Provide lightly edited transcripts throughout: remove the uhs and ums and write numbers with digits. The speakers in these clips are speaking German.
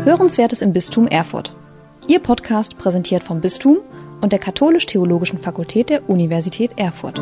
Hörenswertes im Bistum Erfurt. Ihr Podcast präsentiert vom Bistum und der Katholisch-Theologischen Fakultät der Universität Erfurt.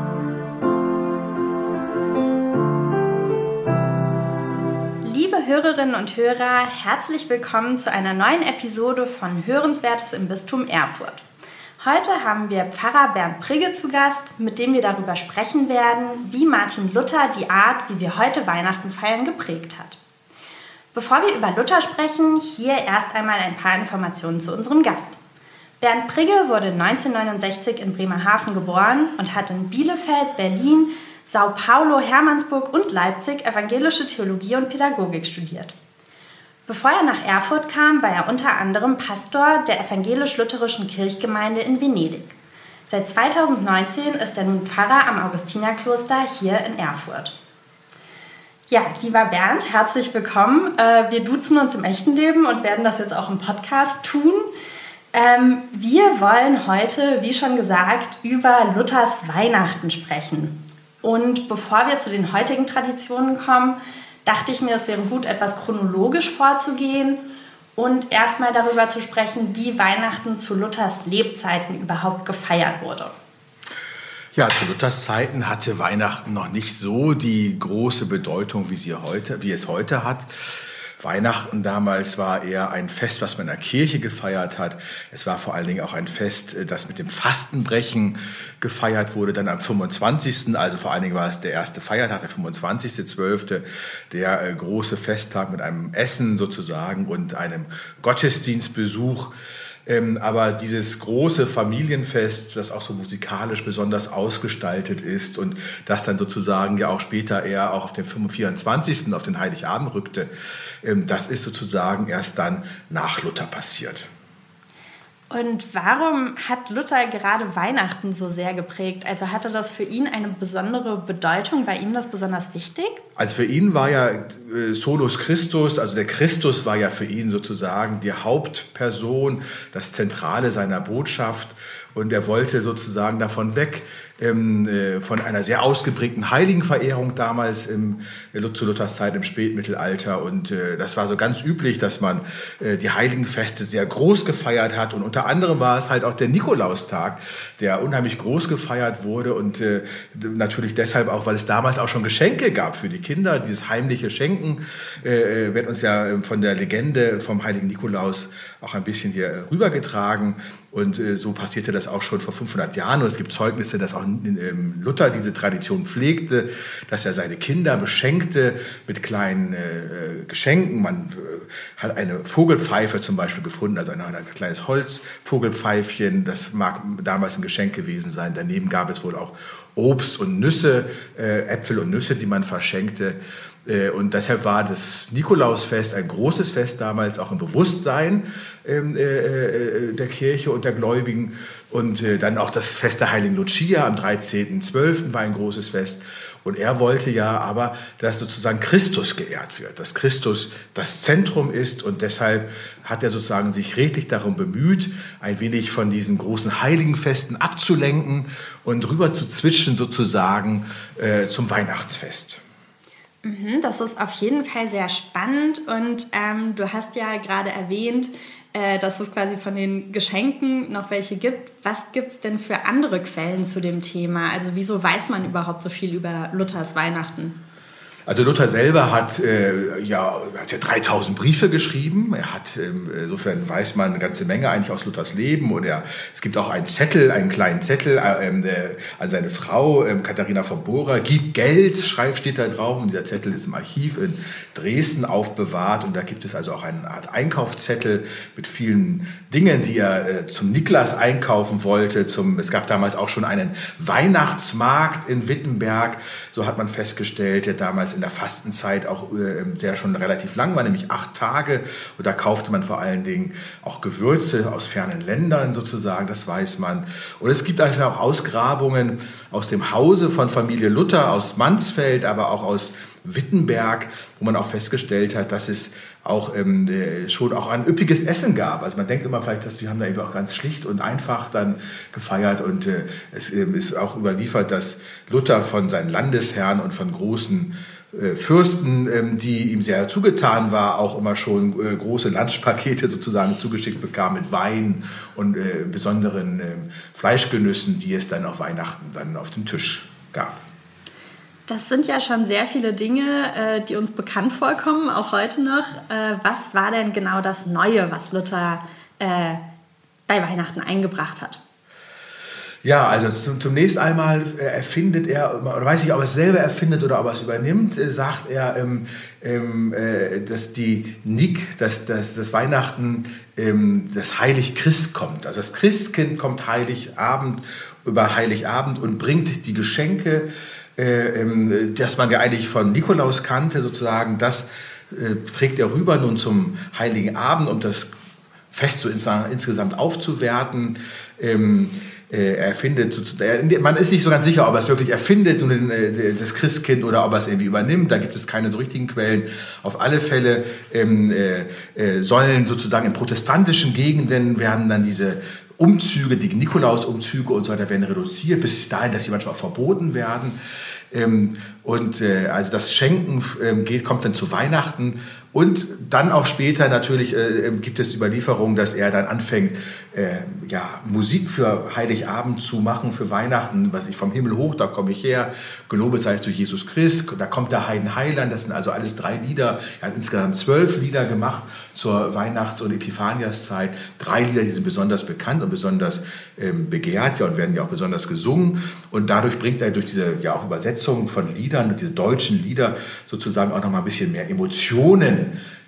Liebe Hörerinnen und Hörer, herzlich willkommen zu einer neuen Episode von Hörenswertes im Bistum Erfurt. Heute haben wir Pfarrer Bernd Prigge zu Gast, mit dem wir darüber sprechen werden, wie Martin Luther die Art, wie wir heute Weihnachten feiern, geprägt hat. Bevor wir über Luther sprechen, hier erst einmal ein paar Informationen zu unserem Gast. Bernd Prigge wurde 1969 in Bremerhaven geboren und hat in Bielefeld, Berlin, Sao Paulo, Hermannsburg und Leipzig evangelische Theologie und Pädagogik studiert. Bevor er nach Erfurt kam, war er unter anderem Pastor der evangelisch-lutherischen Kirchgemeinde in Venedig. Seit 2019 ist er nun Pfarrer am Augustinerkloster hier in Erfurt. Ja, lieber Bernd, herzlich willkommen. Wir duzen uns im echten Leben und werden das jetzt auch im Podcast tun. Wir wollen heute, wie schon gesagt, über Luthers Weihnachten sprechen. Und bevor wir zu den heutigen Traditionen kommen, dachte ich mir, es wäre gut, etwas chronologisch vorzugehen und erstmal darüber zu sprechen, wie Weihnachten zu Luthers Lebzeiten überhaupt gefeiert wurde. Ja, zu Luthers Zeiten hatte Weihnachten noch nicht so die große Bedeutung, wie es heute hat. Weihnachten damals war eher ein Fest, was man in der Kirche gefeiert hat. Es war vor allen Dingen auch ein Fest, das mit dem Fastenbrechen gefeiert wurde, dann am 25., also vor allen Dingen war es der erste Feiertag, der 25.12., der große Festtag mit einem Essen sozusagen und einem Gottesdienstbesuch. Aber dieses große Familienfest, das auch so musikalisch besonders ausgestaltet ist und das dann sozusagen ja auch später eher auch auf den 24., auf den Heiligabend rückte, das ist sozusagen erst dann nach Luther passiert. Und warum hat Luther gerade Weihnachten so sehr geprägt? Also hatte das für ihn eine besondere Bedeutung? War ihm das besonders wichtig? Also für ihn war ja Solus Christus, also der Christus war ja für ihn sozusagen die Hauptperson, das Zentrale seiner Botschaft. Und er wollte sozusagen davon weg, von einer sehr ausgeprägten Heiligenverehrung damals zu Luthers Zeit im Spätmittelalter. Und das war so ganz üblich, dass man die Heiligenfeste sehr groß gefeiert hat. Und unter anderem war es halt auch der Nikolaustag, der unheimlich groß gefeiert wurde. Und natürlich deshalb auch, weil es damals auch schon Geschenke gab für die Kinder. Dieses heimliche Schenken wird uns ja von der Legende vom heiligen Nikolaus auch ein bisschen hier rübergetragen. Und so passierte das auch schon vor 500 Jahren. Und es gibt Zeugnisse, dass auch Luther diese Tradition pflegte, dass er seine Kinder beschenkte mit kleinen Geschenken. Man hat eine Vogelpfeife zum Beispiel gefunden, also ein kleines Holzvogelpfeifchen. Das mag damals ein Geschenk gewesen sein. Daneben gab es wohl auch Obst und Nüsse, Äpfel und Nüsse, die man verschenkte. Und deshalb war das Nikolausfest ein großes Fest damals, auch im Bewusstsein der Kirche und der Gläubigen. Und dann auch das Fest der Heiligen Lucia am 13.12. war ein großes Fest. Und er wollte ja aber, dass sozusagen Christus geehrt wird, dass Christus das Zentrum ist. Und deshalb hat er sozusagen sich redlich darum bemüht, ein wenig von diesen großen Heiligenfesten abzulenken und rüber zu switchen sozusagen zum Weihnachtsfest. Das ist auf jeden Fall sehr spannend und du hast ja gerade erwähnt, dass es quasi von den Geschenken noch welche gibt. Was gibt es denn für andere Quellen zu dem Thema? Also wieso weiß man überhaupt so viel über Luthers Weihnachten? Also Luther selber hat ja 3000 Briefe geschrieben. Er hat, insofern weiß man eine ganze Menge eigentlich aus Luthers Leben. Und es gibt auch einen kleinen Zettel an seine Frau, Katharina von Bora. Gib Geld, steht da drauf. Und dieser Zettel ist im Archiv in Dresden aufbewahrt. Und da gibt es also auch eine Art Einkaufszettel mit vielen Dingen, die er zum Niklas einkaufen wollte. Es gab damals auch schon einen Weihnachtsmarkt in Wittenberg. So hat man festgestellt, der damals in der Fastenzeit auch der schon relativ lang war, nämlich 8 Tage. Und da kaufte man vor allen Dingen auch Gewürze aus fernen Ländern sozusagen, das weiß man. Und es gibt eigentlich auch Ausgrabungen aus dem Hause von Familie Luther, aus Mansfeld, aber auch aus Wittenberg, wo man auch festgestellt hat, dass es auch schon auch ein üppiges Essen gab. Also man denkt immer vielleicht, dass die haben da eben auch ganz schlicht und einfach dann gefeiert. Und es ist auch überliefert, dass Luther von seinen Landesherren und von großen Fürsten, die ihm sehr zugetan war, auch immer schon große Lunchpakete sozusagen zugeschickt bekam mit Wein und besonderen Fleischgenüssen, die es dann auf Weihnachten dann auf dem Tisch gab. Das sind ja schon sehr viele Dinge, die uns bekannt vorkommen, auch heute noch. Was war denn genau das Neue, was Luther bei Weihnachten eingebracht hat? Ja, also zunächst einmal erfindet er, oder weiß nicht, ob er es selber erfindet oder ob er es übernimmt, sagt er, dass das Weihnachten, das Heiligchrist kommt. Also das Christkind kommt über Heiligabend und bringt die Geschenke, dass man ja eigentlich von Nikolaus kannte, sozusagen, das trägt er rüber nun zum Heiligen Abend, um das Fest so insgesamt aufzuwerten. Man ist nicht so ganz sicher, ob er es wirklich erfindet, das Christkind, oder ob er es irgendwie übernimmt. Da gibt es keine so richtigen Quellen. Auf alle Fälle sollen sozusagen in protestantischen Gegenden werden dann diese Umzüge, die Nikolausumzüge und so weiter, werden reduziert, bis dahin, dass sie manchmal verboten werden. Also das Schenken kommt dann zu Weihnachten. Und dann auch später natürlich gibt es Überlieferungen, dass er dann anfängt, Musik für Heiligabend zu machen, für Weihnachten, was ich vom Himmel hoch, da komme ich her, gelobet seist du Jesus Christ, da kommt der Heiland, das sind also alles 3 Lieder, er hat insgesamt 12 Lieder gemacht zur Weihnachts- und Epiphaniaszeit, 3 Lieder, die sind besonders bekannt und besonders begehrt, und werden ja auch besonders gesungen, und dadurch bringt er durch diese auch Übersetzungen von Liedern, diese deutschen Lieder sozusagen auch noch mal ein bisschen mehr Emotionen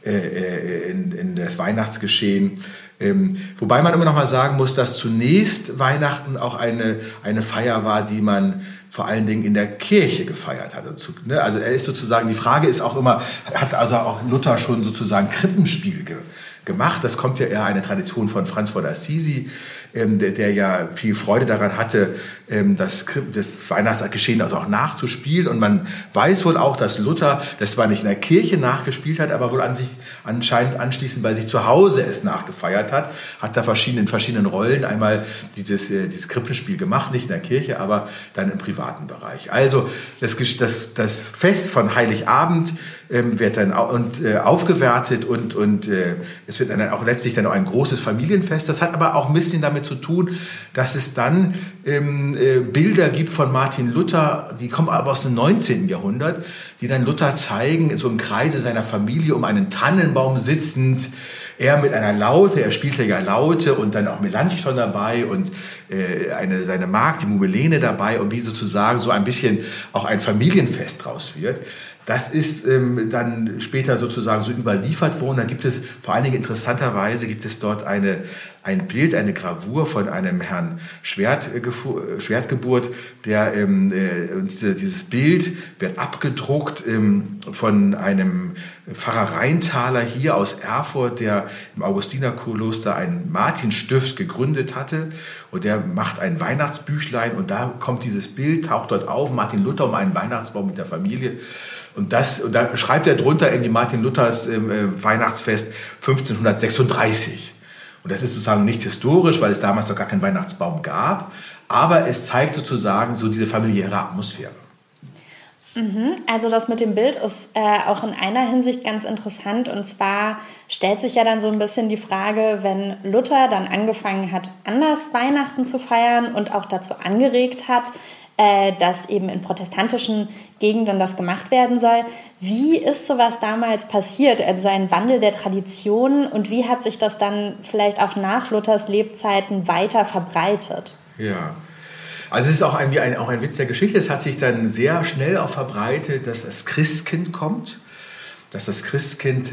in das Weihnachtsgeschehen. Wobei man immer noch mal sagen muss, dass zunächst Weihnachten auch eine Feier war, die man vor allen Dingen in der Kirche gefeiert hat. Also er ist sozusagen, die Frage ist auch immer, hat also auch Luther schon sozusagen Krippenspiel gemacht. Das kommt ja eher eine Tradition von Franz von Assisi, der ja viel Freude daran hatte, das Weihnachtsgeschehen also auch nachzuspielen. Und man weiß wohl auch, dass Luther das zwar nicht in der Kirche nachgespielt hat, aber wohl anscheinend anschließend bei sich zu Hause es nachgefeiert hat da in verschiedenen Rollen einmal dieses Krippenspiel gemacht, nicht in der Kirche, aber dann im privaten Bereich. Also das Fest von Heiligabend wird dann aufgewertet und es wird dann auch letztlich dann auch ein großes Familienfest. Das hat aber auch ein bisschen damit zu tun, dass es dann Bilder gibt von Martin Luther, die kommen aber aus dem 19. Jahrhundert, die dann Luther zeigen, so im Kreise seiner Familie um einen Tannenbaum sitzend, er mit einer Laute, er spielte ja Laute und dann auch Melanchthon dabei und seine Magd, die Mubelene dabei, und wie sozusagen so ein bisschen auch ein Familienfest draus wird. Das ist dann später sozusagen so überliefert worden. Da gibt es vor allen Dingen interessanterweise dort ein Bild, eine Gravur von einem Herrn Schwertgeburt, dieses Bild wird abgedruckt von einem Pfarrer Rheintaler hier aus Erfurt, der im Augustinerkloster einen Martinstift gegründet hatte, und der macht ein Weihnachtsbüchlein, und da kommt dieses Bild, taucht dort auf, Martin Luther um einen Weihnachtsbaum mit der Familie. Und da schreibt er drunter in die Martin Luthers Weihnachtsfest 1536. Und das ist sozusagen nicht historisch, weil es damals noch gar keinen Weihnachtsbaum gab, aber es zeigt sozusagen so diese familiäre Atmosphäre. Also das mit dem Bild ist auch in einer Hinsicht ganz interessant, und zwar stellt sich ja dann so ein bisschen die Frage, wenn Luther dann angefangen hat, anders Weihnachten zu feiern und auch dazu angeregt hat, dass eben in protestantischen Gegenden das gemacht werden soll. Wie ist sowas damals passiert? Also ein Wandel der Traditionen, und wie hat sich das dann vielleicht auch nach Luthers Lebzeiten weiter verbreitet? Ja, also es ist auch ein Witz der Geschichte. Es hat sich dann sehr schnell auch verbreitet, dass das Christkind kommt, dass das Christkind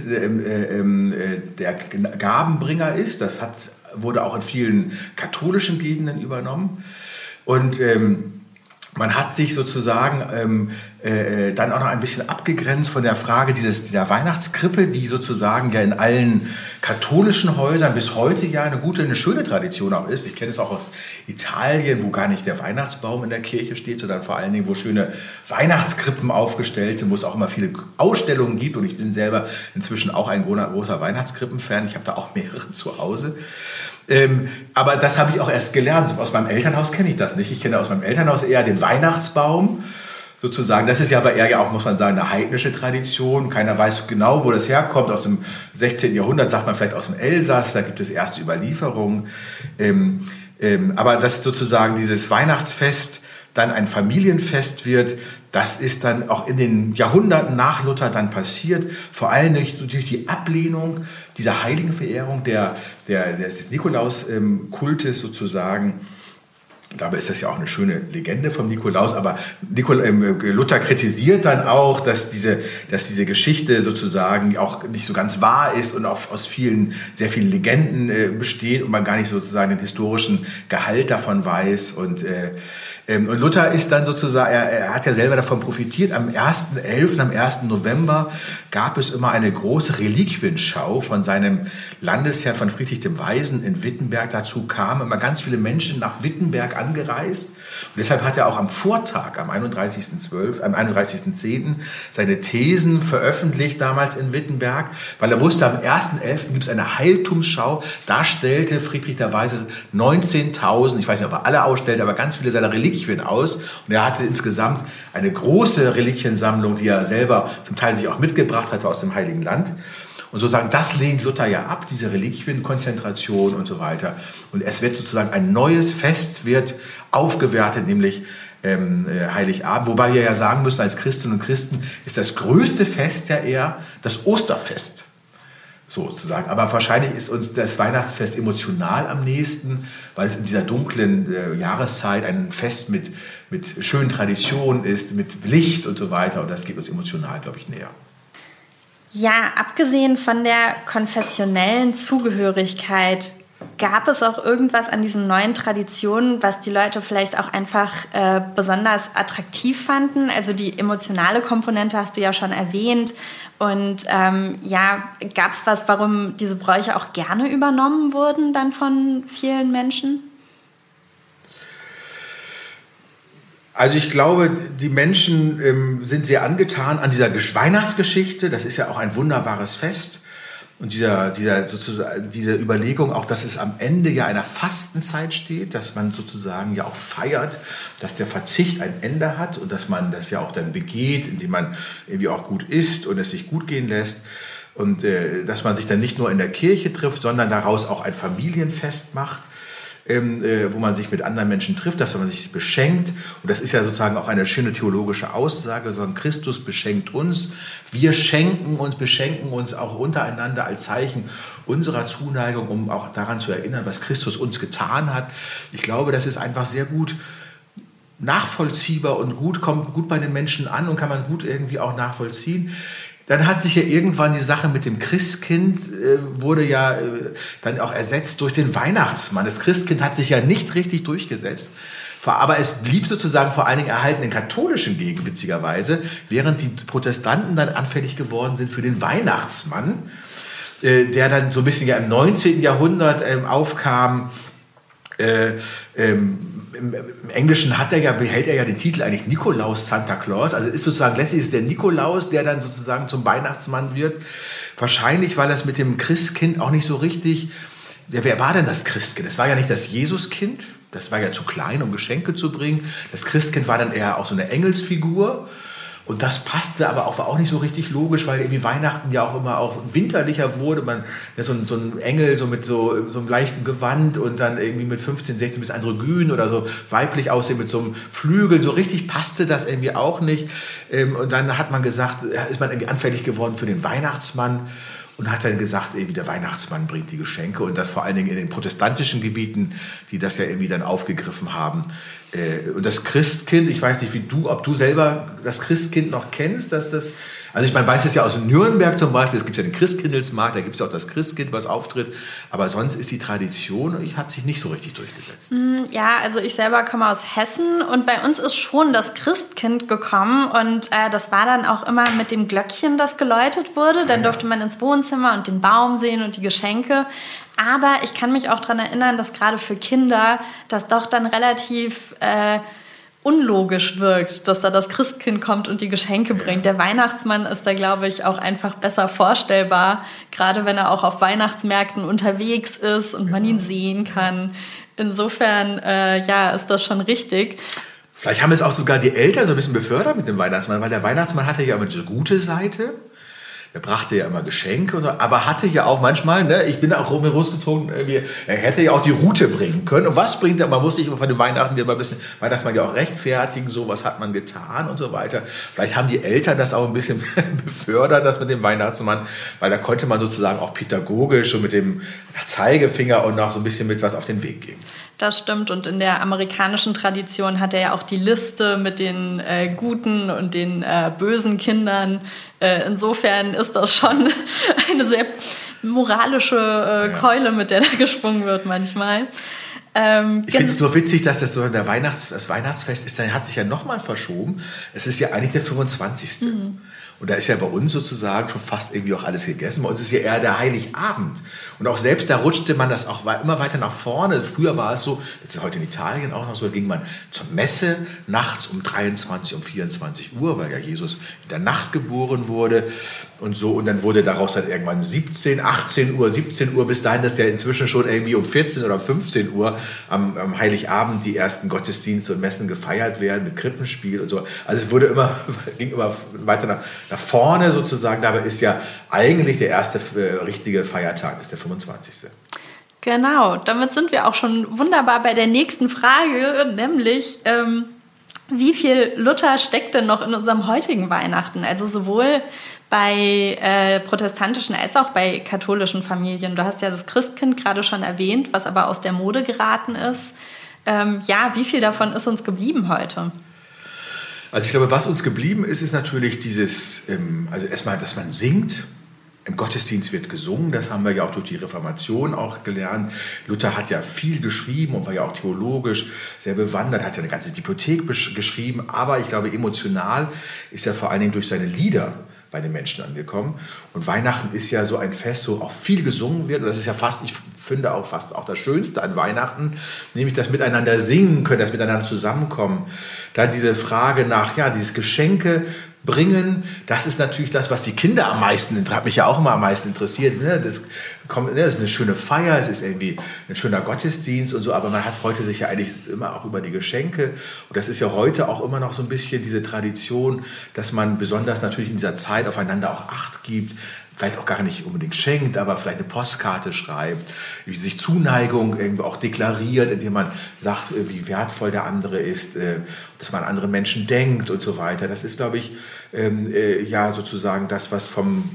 der Gabenbringer ist. Das wurde auch in vielen katholischen Gegenden übernommen. Und man hat sich sozusagen dann auch noch ein bisschen abgegrenzt von der Frage dieser Weihnachtskrippe, die sozusagen ja in allen katholischen Häusern bis heute ja eine schöne Tradition auch ist. Ich kenne es auch aus Italien, wo gar nicht der Weihnachtsbaum in der Kirche steht, sondern vor allen Dingen, wo schöne Weihnachtskrippen aufgestellt sind, wo es auch immer viele Ausstellungen gibt. Und ich bin selber inzwischen auch ein großer Weihnachtskrippen-Fan. Ich habe da auch mehrere zu Hause. Aber das habe ich auch erst gelernt. Aus meinem Elternhaus kenne ich das nicht. Ich kenne aus meinem Elternhaus eher den Weihnachtsbaum, sozusagen. Das ist ja aber eher ja auch, muss man sagen, eine heidnische Tradition. Keiner weiß genau, wo das herkommt. Aus dem 16. Jahrhundert, sagt man vielleicht aus dem Elsass, da gibt es erste Überlieferungen. Aber dass sozusagen dieses Weihnachtsfest dann ein Familienfest wird, das ist dann auch in den Jahrhunderten nach Luther dann passiert, vor allem durch die Ablehnung dieser Heiligenverehrung des Nikolaus-Kultes sozusagen. Dabei ist das ja auch eine schöne Legende vom Nikolaus, aber Luther kritisiert dann auch, dass diese Geschichte sozusagen auch nicht so ganz wahr ist und auch aus sehr vielen Legenden besteht und man gar nicht sozusagen den historischen Gehalt davon weiß. Und Luther ist dann sozusagen, er hat ja selber davon profitiert. Am 1.11., am 1. November gab es immer eine große Reliquienschau von seinem Landesherrn, von Friedrich dem Weisen in Wittenberg. Dazu kamen immer ganz viele Menschen nach Wittenberg angereist. Und deshalb hat er auch am Vortag, am 31.10. seine Thesen veröffentlicht, damals in Wittenberg, weil er wusste, am 1.11. gibt es eine Heiligtumsschau. Da stellte Friedrich der Weise 19.000, ich weiß nicht, ob er alle ausstellte, aber ganz viele seiner Reliquien aus. Und er hatte insgesamt eine große Reliquiensammlung, die er selber zum Teil sich auch mitgebracht hatte aus dem Heiligen Land. Und sozusagen, das lehnt Luther ja ab, diese Reliquienkonzentration und so weiter. Und es wird sozusagen ein neues Fest wird aufgewertet, nämlich Heiligabend. Wobei wir ja sagen müssen, als Christinnen und Christen ist das größte Fest ja eher das Osterfest. Sozusagen. Aber wahrscheinlich ist uns das Weihnachtsfest emotional am nächsten, weil es in dieser dunklen Jahreszeit ein Fest mit schönen Traditionen ist, mit Licht und so weiter. Und das geht uns emotional, glaube ich, näher. Ja, abgesehen von der konfessionellen Zugehörigkeit, gab es auch irgendwas an diesen neuen Traditionen, was die Leute vielleicht auch einfach besonders attraktiv fanden? Also die emotionale Komponente hast du ja schon erwähnt. Und gab es was, warum diese Bräuche auch gerne übernommen wurden dann von vielen Menschen? Also ich glaube, die Menschen sind sehr angetan an dieser Weihnachtsgeschichte. Das ist ja auch ein wunderbares Fest. Und diese Überlegung auch, dass es am Ende ja einer Fastenzeit steht, dass man sozusagen ja auch feiert, dass der Verzicht ein Ende hat und dass man das ja auch dann begeht, indem man irgendwie auch gut isst und es sich gut gehen lässt. Und dass man sich dann nicht nur in der Kirche trifft, sondern daraus auch ein Familienfest macht, wo man sich mit anderen Menschen trifft, dass man sich beschenkt. Und das ist ja sozusagen auch eine schöne theologische Aussage, sondern Christus beschenkt uns. Wir beschenken uns auch untereinander als Zeichen unserer Zuneigung, um auch daran zu erinnern, was Christus uns getan hat. Ich glaube, das ist einfach sehr gut nachvollziehbar und kommt gut bei den Menschen an und kann man gut irgendwie auch nachvollziehen. Dann hat sich ja irgendwann die Sache mit dem Christkind, wurde ja dann auch ersetzt durch den Weihnachtsmann. Das Christkind hat sich ja nicht richtig durchgesetzt. Aber es blieb sozusagen vor allen Dingen erhalten in katholischen Gegenden, witzigerweise, während die Protestanten dann anfällig geworden sind für den Weihnachtsmann, der dann so ein bisschen ja im 19. Jahrhundert aufkam. Im Englischen behält er ja den Titel eigentlich Nikolaus Santa Claus. Also letztlich ist der Nikolaus, der dann sozusagen zum Weihnachtsmann wird. Wahrscheinlich, weil das mit dem Christkind auch nicht so richtig. Wer war denn das Christkind? Es war ja nicht das Jesuskind. Das war ja zu klein, um Geschenke zu bringen. Das Christkind war dann eher auch so eine Engelsfigur. Und das passte aber war auch nicht so richtig logisch, weil irgendwie Weihnachten ja auch immer auch winterlicher wurde. So ein Engel so mit so einem leichten Gewand und dann irgendwie mit 15, 16 bis androgyn oder so weiblich aussehen mit so einem Flügel. So richtig passte das irgendwie auch nicht. Und dann hat man gesagt, ist man irgendwie anfällig geworden für den Weihnachtsmann. Und hat dann gesagt, irgendwie der Weihnachtsmann bringt die Geschenke und das vor allen Dingen in den protestantischen Gebieten, die das ja irgendwie dann aufgegriffen haben. Und das Christkind, ich weiß nicht, ob du selber das Christkind noch kennst, also man weiß es ja aus Nürnberg zum Beispiel, es gibt ja den Christkindlesmarkt, da gibt es ja auch das Christkind, was auftritt, aber sonst ist die Tradition, hat sich nicht so richtig durchgesetzt. Ja, also ich selber komme aus Hessen und bei uns ist schon das Christkind gekommen und das war dann auch immer mit dem Glöckchen, das geläutet wurde, dann durfte man ins Wohnzimmer und den Baum sehen und die Geschenke. Aber ich kann mich auch daran erinnern, dass gerade für Kinder das doch dann relativ unlogisch wirkt, dass da das Christkind kommt und die Geschenke bringt. Der Weihnachtsmann ist da, glaube ich, auch einfach besser vorstellbar, gerade wenn er auch auf Weihnachtsmärkten unterwegs ist und man ihn sehen kann. Insofern, ist das schon richtig. Vielleicht haben es auch sogar die Eltern so ein bisschen befördert mit dem Weihnachtsmann, weil der Weihnachtsmann hatte ja immer diese gute Seite. Er brachte ja immer Geschenke, aber hatte ja auch manchmal, ne, ich bin da auch rausgezogen, er hätte ja auch die Rute bringen können. Und was bringt er? Man muss sich immer von dem Weihnachtsmann ja auch rechtfertigen, so was hat man getan und so weiter. Vielleicht haben die Eltern das auch ein bisschen befördert, das mit dem Weihnachtsmann, weil da konnte man sozusagen auch pädagogisch und mit dem Zeigefinger und noch so ein bisschen mit was auf den Weg geben. Das stimmt, und in der amerikanischen Tradition hat er ja auch die Liste mit den guten und den bösen Kindern. Insofern ist das schon eine sehr moralische Keule, mit der da geschwungen wird manchmal. Ich finde es nur witzig, dass das so das Weihnachtsfest ist, dann hat sich ja nochmal verschoben. Es ist ja eigentlich der 25. Und da ist ja bei uns sozusagen schon fast irgendwie auch alles gegessen. Bei uns ist ja eher der Heiligabend. Und auch selbst da rutschte man das auch immer weiter nach vorne. Früher war es so, das ist heute in Italien auch noch so, da ging man zur Messe nachts um 23, um 24 Uhr, weil ja Jesus in der Nacht geboren wurde und so. Und dann wurde daraus dann irgendwann 17 Uhr, bis dahin, dass der inzwischen schon irgendwie um 14 oder 15 Uhr am Heiligabend die ersten Gottesdienste und Messen gefeiert werden mit Krippenspiel und so. Also es ging immer weiter nach vorne sozusagen. Dabei ist ja eigentlich der erste richtige Feiertag, ist der 25. Genau, damit sind wir auch schon wunderbar bei der nächsten Frage, nämlich wie viel Luther steckt denn noch in unserem heutigen Weihnachten? Also sowohl bei protestantischen als auch bei katholischen Familien. Du hast ja das Christkind gerade schon erwähnt, was aber aus der Mode geraten ist. Wie viel davon ist uns geblieben heute? Also ich glaube, was uns geblieben ist, ist natürlich dieses, also erstmal, dass man singt. Im Gottesdienst wird gesungen, das haben wir ja auch durch die Reformation auch gelernt. Luther hat ja viel geschrieben und war ja auch theologisch sehr bewandert, hat ja eine ganze Bibliothek geschrieben, aber ich glaube, emotional ist er vor allen Dingen durch seine Lieder bei den Menschen angekommen. Und Weihnachten ist ja so ein Fest, wo auch viel gesungen wird. Und das ist ja fast, ich finde auch fast auch das Schönste an Weihnachten, nämlich das Miteinander singen können, das Miteinander zusammenkommen. Dann diese Frage nach, ja, dieses Geschenke bringen, das ist natürlich das, was die Kinder am meisten, hat mich ja auch immer am meisten interessiert. Das ist eine schöne Feier, es ist irgendwie ein schöner Gottesdienst und so, aber man freute sich ja eigentlich immer auch über die Geschenke. Und das ist ja heute auch immer noch so ein bisschen diese Tradition, dass man besonders natürlich in dieser Zeit aufeinander auch Acht gibt, vielleicht auch gar nicht unbedingt schenkt, aber vielleicht eine Postkarte schreibt, wie sich Zuneigung irgendwie auch deklariert, indem man sagt, wie wertvoll der andere ist, dass man an andere Menschen denkt und so weiter. Das ist, glaube ich, sozusagen das, was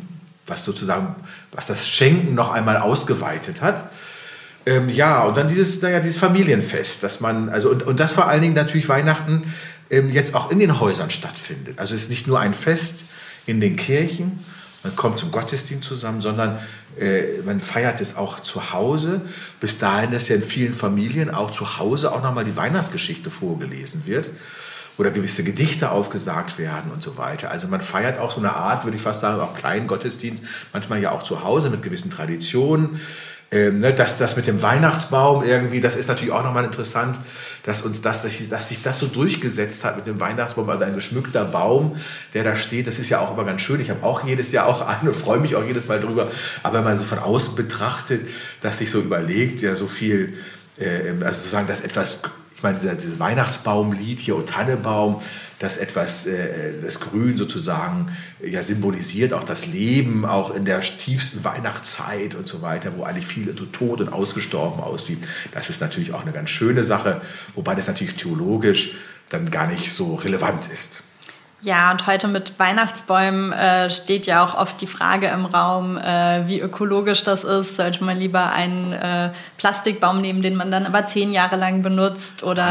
das Schenken noch einmal ausgeweitet hat. Und dann dieses Familienfest, dass man, und das vor allen Dingen natürlich Weihnachten jetzt auch in den Häusern stattfindet. Also es ist nicht nur ein Fest in den Kirchen, man kommt zum Gottesdienst zusammen, sondern man feiert es auch zu Hause. Bis dahin, dass ja in vielen Familien auch zu Hause auch nochmal die Weihnachtsgeschichte vorgelesen wird oder gewisse Gedichte aufgesagt werden und so weiter. Also man feiert auch so eine Art, würde ich fast sagen, auch kleinen Gottesdienst, manchmal ja auch zu Hause mit gewissen Traditionen. Das mit dem Weihnachtsbaum irgendwie, das ist natürlich auch nochmal interessant, dass sich das so durchgesetzt hat mit dem Weihnachtsbaum, also ein geschmückter Baum, der da steht, das ist ja auch immer ganz schön. Ich habe auch jedes Jahr auch einen und freue mich auch jedes Mal drüber. Aber wenn man so von außen betrachtet, dass sich so überlegt, ja so viel, also sozusagen, dass etwas, ich meine, dieses Weihnachtsbaumlied hier und Tannebaum, dass etwas, das Grün sozusagen ja symbolisiert auch das Leben, auch in der tiefsten Weihnachtszeit und so weiter, wo eigentlich viel so tot und ausgestorben aussieht. Das ist natürlich auch eine ganz schöne Sache, wobei das natürlich theologisch dann gar nicht so relevant ist. Ja, und heute mit Weihnachtsbäumen steht ja auch oft die Frage im Raum, wie ökologisch das ist. Sollte man lieber einen Plastikbaum nehmen, den man dann aber 10 Jahre lang benutzt, oder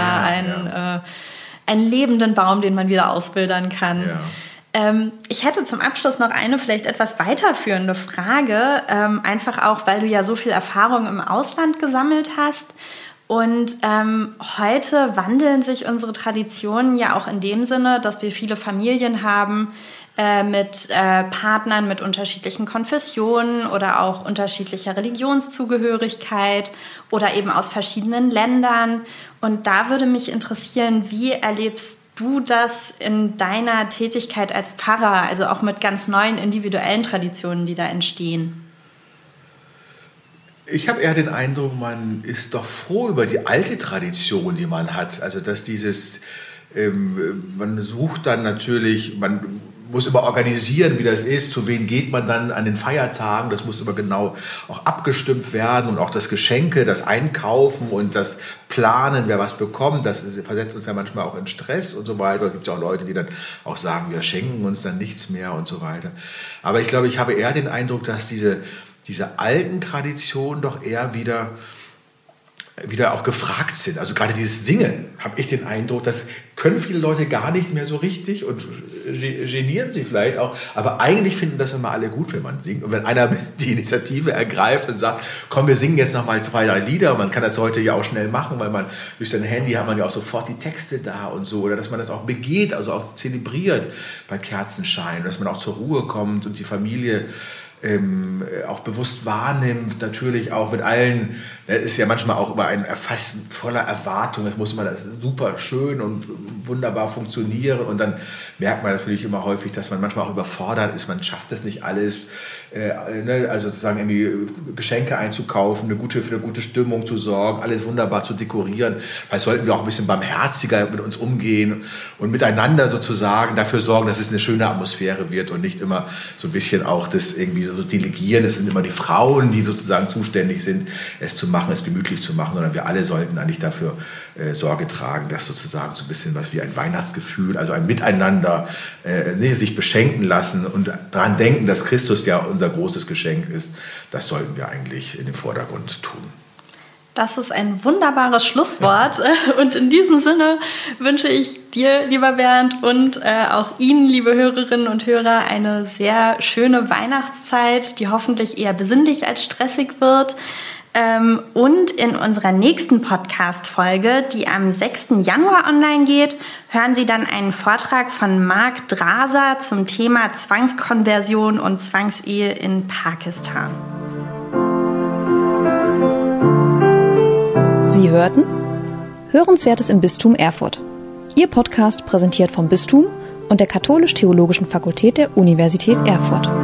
einen lebenden Baum, den man wieder ausbildern kann. Ja. Ich hätte zum Abschluss noch eine vielleicht etwas weiterführende Frage, einfach auch, weil du ja so viel Erfahrung im Ausland gesammelt hast. Und heute wandeln sich unsere Traditionen ja auch in dem Sinne, dass wir viele Familien haben mit Partnern mit unterschiedlichen Konfessionen oder auch unterschiedlicher Religionszugehörigkeit oder eben aus verschiedenen Ländern. Und da würde mich interessieren, wie erlebst du das in deiner Tätigkeit als Pfarrer, also auch mit ganz neuen individuellen Traditionen, die da entstehen? Ich habe eher den Eindruck, man ist doch froh über die alte Tradition, die man hat. Also dass dieses Man sucht dann natürlich, man muss immer organisieren, wie das ist, zu wen geht man dann an den Feiertagen, das muss immer genau auch abgestimmt werden und auch das Geschenke, das Einkaufen und das Planen, wer was bekommt, das versetzt uns ja manchmal auch in Stress und so weiter. Da gibt es auch Leute, die dann auch sagen, wir schenken uns dann nichts mehr und so weiter. Aber ich glaube, ich habe eher den Eindruck, dass diese alten Traditionen doch eher wieder auch gefragt sind. Also gerade dieses Singen, habe ich den Eindruck, das können viele Leute gar nicht mehr so richtig und genieren sie vielleicht auch. Aber eigentlich finden das immer alle gut, wenn man singt. Und wenn einer die Initiative ergreift und sagt, komm, wir singen jetzt noch mal 2, 3 Lieder. Und man kann das heute ja auch schnell machen, weil man durch sein Handy hat man ja auch sofort die Texte da und so. Oder dass man das auch begeht, also auch zelebriert bei Kerzenschein. Dass man auch zur Ruhe kommt und die Familie auch bewusst wahrnimmt, natürlich auch mit allen, das ist ja manchmal auch immer ein Erfassen voller Erwartung, das muss man das super schön und wunderbar funktionieren und dann merkt man natürlich immer häufig, dass man manchmal auch überfordert ist, man schafft das nicht alles, also sozusagen irgendwie Geschenke einzukaufen, für eine gute Stimmung zu sorgen, alles wunderbar zu dekorieren, weil sollten wir auch ein bisschen barmherziger mit uns umgehen und miteinander sozusagen dafür sorgen, dass es eine schöne Atmosphäre wird und nicht immer so ein bisschen auch das irgendwie so delegieren, es sind immer die Frauen, die sozusagen zuständig sind, es zu machen, es gemütlich zu machen, sondern wir alle sollten eigentlich dafür Sorge tragen, dass sozusagen so ein bisschen was wie ein Weihnachtsgefühl, also ein Miteinander, sich beschenken lassen und daran denken, dass Christus ja unser großes Geschenk ist, das sollten wir eigentlich in den Vordergrund tun. Das ist ein wunderbares Schlusswort und in diesem Sinne wünsche ich dir, lieber Bernd, und auch Ihnen, liebe Hörerinnen und Hörer, eine sehr schöne Weihnachtszeit, die hoffentlich eher besinnlich als stressig wird. Und in unserer nächsten Podcast-Folge, die am 6. Januar online geht, hören Sie dann einen Vortrag von Marc Draser zum Thema Zwangskonversion und Zwangsehe in Pakistan. Sie hörten Hörenswertes im Bistum Erfurt. Ihr Podcast präsentiert vom Bistum und der Katholisch-Theologischen Fakultät der Universität Erfurt.